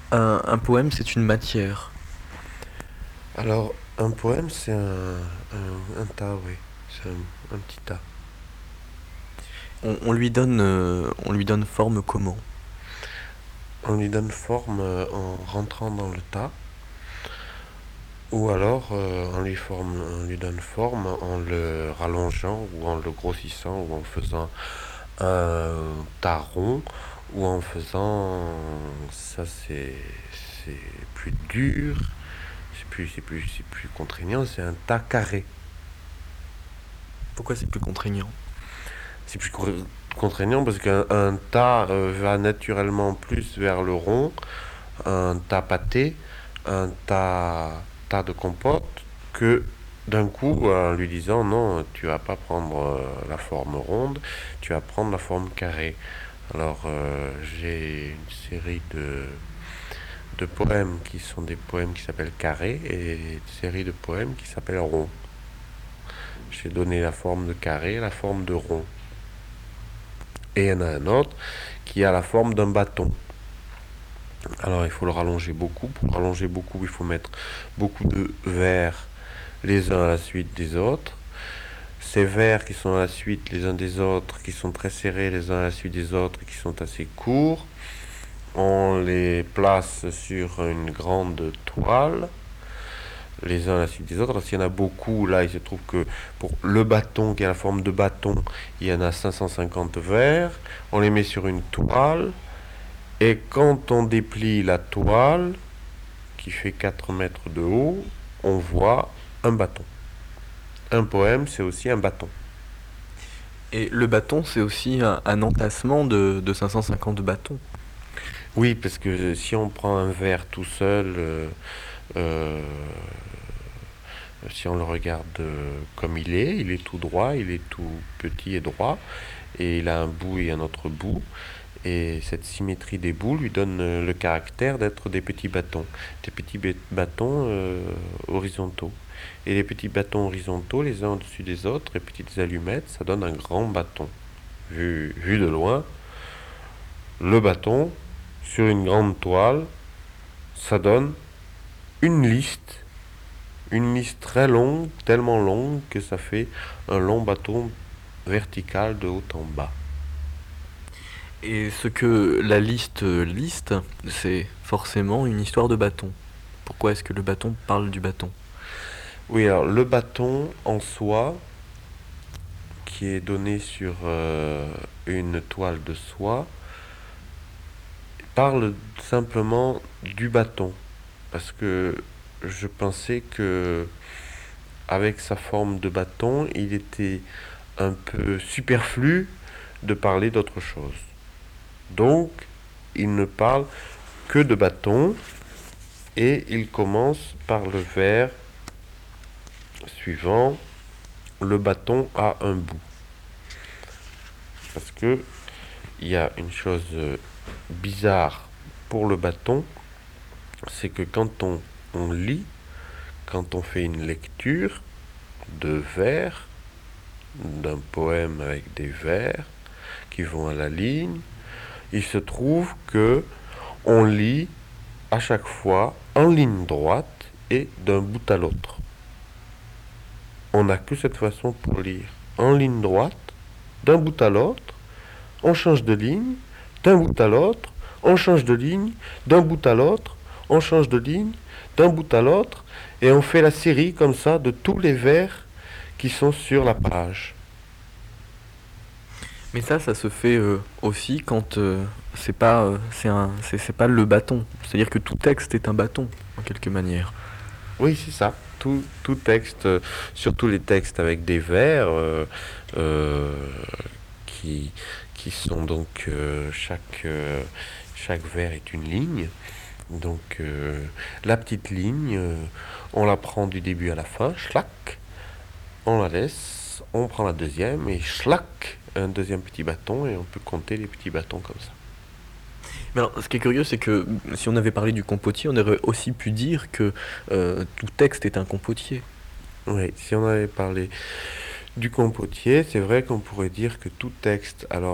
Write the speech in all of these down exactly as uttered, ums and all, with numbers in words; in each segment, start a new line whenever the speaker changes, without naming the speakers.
Un, un poème, c'est une matière.
Alors, un poème, c'est un, un, un tas, oui. C'est un, un petit tas.
On, on lui donne, euh, on lui donne forme comment?
On lui donne forme euh, en rentrant dans le tas, ou alors euh, on, lui forme, on lui donne forme en le rallongeant, ou en le grossissant, ou en faisant un tas rond, ou en faisant... Ça, c'est c'est plus dur, c'est plus, c'est plus, c'est plus contraignant, c'est un tas carré.
Pourquoi c'est plus contraignant?
C'est plus contraignant parce qu'un un tas euh, va naturellement plus vers le rond, un tas pâté, un tas, tas de compote, que d'un coup en lui disant non, tu vas pas prendre euh, la forme ronde, tu vas prendre la forme carrée. Alors euh, j'ai une série de, de poèmes qui sont des poèmes qui s'appellent carrés et une série de poèmes qui s'appellent rond. J'ai donné la forme de carré, la forme de rond. Et il y en a un autre qui a la forme d'un bâton. Alors il faut le rallonger beaucoup. Pour le rallonger beaucoup, il faut mettre beaucoup de vers les uns à la suite des autres. Ces vers qui sont à la suite les uns des autres, qui sont très serrés les uns à la suite des autres, qui sont assez courts, on les place sur une grande toile, les uns à la suite des autres. Alors, s'il y en a beaucoup, là, il se trouve que pour le bâton qui a la forme de bâton, il y en a cinq cent cinquante vers. On les met sur une toile. Et quand on déplie la toile, qui fait quatre mètres de haut, on voit un bâton. Un poème, c'est aussi un bâton.
Et le bâton, c'est aussi un, un entassement de, de cinq cent cinquante bâtons.
Oui, parce que si on prend un verre tout seul, euh, euh, si on le regarde euh, comme il est, il est tout droit, il est tout petit et droit, et il a un bout et un autre bout. Et cette symétrie des bouts lui donne euh, le caractère d'être des petits bâtons, des petits bâtons euh, horizontaux. Et les petits bâtons horizontaux, les uns au-dessus des autres, les petites allumettes, ça donne un grand bâton. Vu, vu de loin, le bâton, sur une grande toile, ça donne une liste, une liste très longue, tellement longue que ça fait un long bâton vertical de haut en bas.
Et ce que la liste liste, c'est forcément une histoire de bâton. Pourquoi est-ce que le bâton parle du bâton?
Oui, alors le bâton en soi, qui est donné sur euh, une toile de soie, parle simplement du bâton. Parce que je pensais que avec sa forme de bâton, il était un peu superflu de parler d'autre chose. Donc, il ne parle que de bâton et il commence par le vers suivant. Le bâton a un bout. Parce que il y a une chose euh, bizarre pour le bâton, c'est que quand on, on lit, quand on fait une lecture de vers, d'un poème avec des vers qui vont à la ligne, il se trouve que on lit à chaque fois en ligne droite et d'un bout à l'autre. On n'a que cette façon pour lire en ligne droite, d'un bout à l'autre, on change de ligne, d'un bout à l'autre, on change de ligne, d'un bout à l'autre, on change de ligne, d'un bout à l'autre, et on fait la série comme ça de tous les vers qui sont sur la page.
Mais ça, ça se fait euh, aussi quand euh, c'est pas, euh, c'est un, c'est, c'est pas le bâton. C'est-à-dire que tout texte est un bâton, en quelque manière.
Oui, c'est ça. Tout, tout texte, euh, surtout les textes avec des vers euh, euh, qui, qui sont donc euh, chaque, euh, chaque vers est une ligne. Donc euh, la petite ligne, euh, on la prend du début à la fin, schlac, on la laisse, on prend la deuxième et schlac, un deuxième petit bâton et on peut compter les petits bâtons comme ça.
Mais alors, ce qui est curieux, c'est que si on avait parlé du compotier, on aurait aussi pu dire que euh, tout texte est un compotier.
Oui, si on avait parlé du compotier, c'est vrai qu'on pourrait dire que tout texte, alors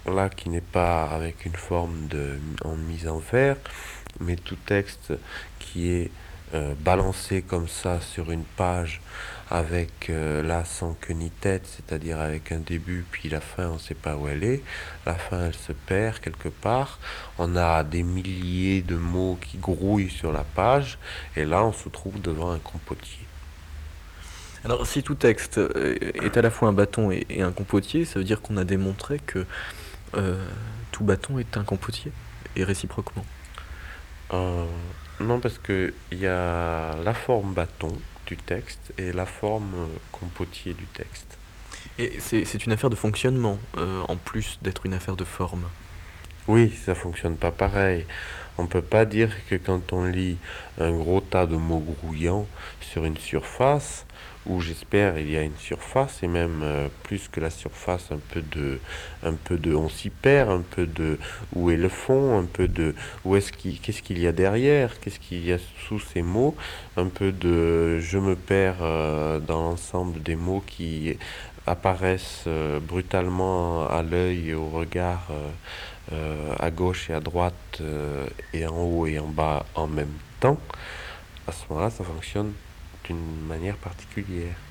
là qui n'est pas avec une forme de, en mise en vers, mais tout texte qui est euh, balancé comme ça sur une page avec euh, là sans queue ni tête, c'est-à-dire avec un début puis la fin on ne sait pas où elle est, la fin elle se perd quelque part, on a des milliers de mots qui grouillent sur la page et là on se trouve devant un compotier.
Alors, si tout texte euh, est à la fois un bâton et, et un compotier, ça veut dire qu'on a démontré que euh, tout bâton est un compotier, et réciproquement.
Euh, non, parce que il y a la forme bâton du texte et la forme euh, compotier du texte.
Et c'est c'est une affaire de fonctionnement, euh, en plus d'être une affaire de forme.
Oui, ça fonctionne pas pareil. On peut pas dire que quand on lit un gros tas de mots grouillants sur une surface, où j'espère il y a une surface et même euh, plus que la surface, un peu de, un peu de, on s'y perd, un peu de où est le fond, un peu de où est-ce qu'il, qu'est-ce qu'il y a derrière, qu'est-ce qu'il y a sous ces mots, un peu de, je me perds euh, dans l'ensemble des mots qui apparaissent euh, brutalement à l'œil et au regard. Euh, euh, à gauche et à droite euh, et en haut et en bas en même temps, à ce moment-là, ça fonctionne d'une manière particulière.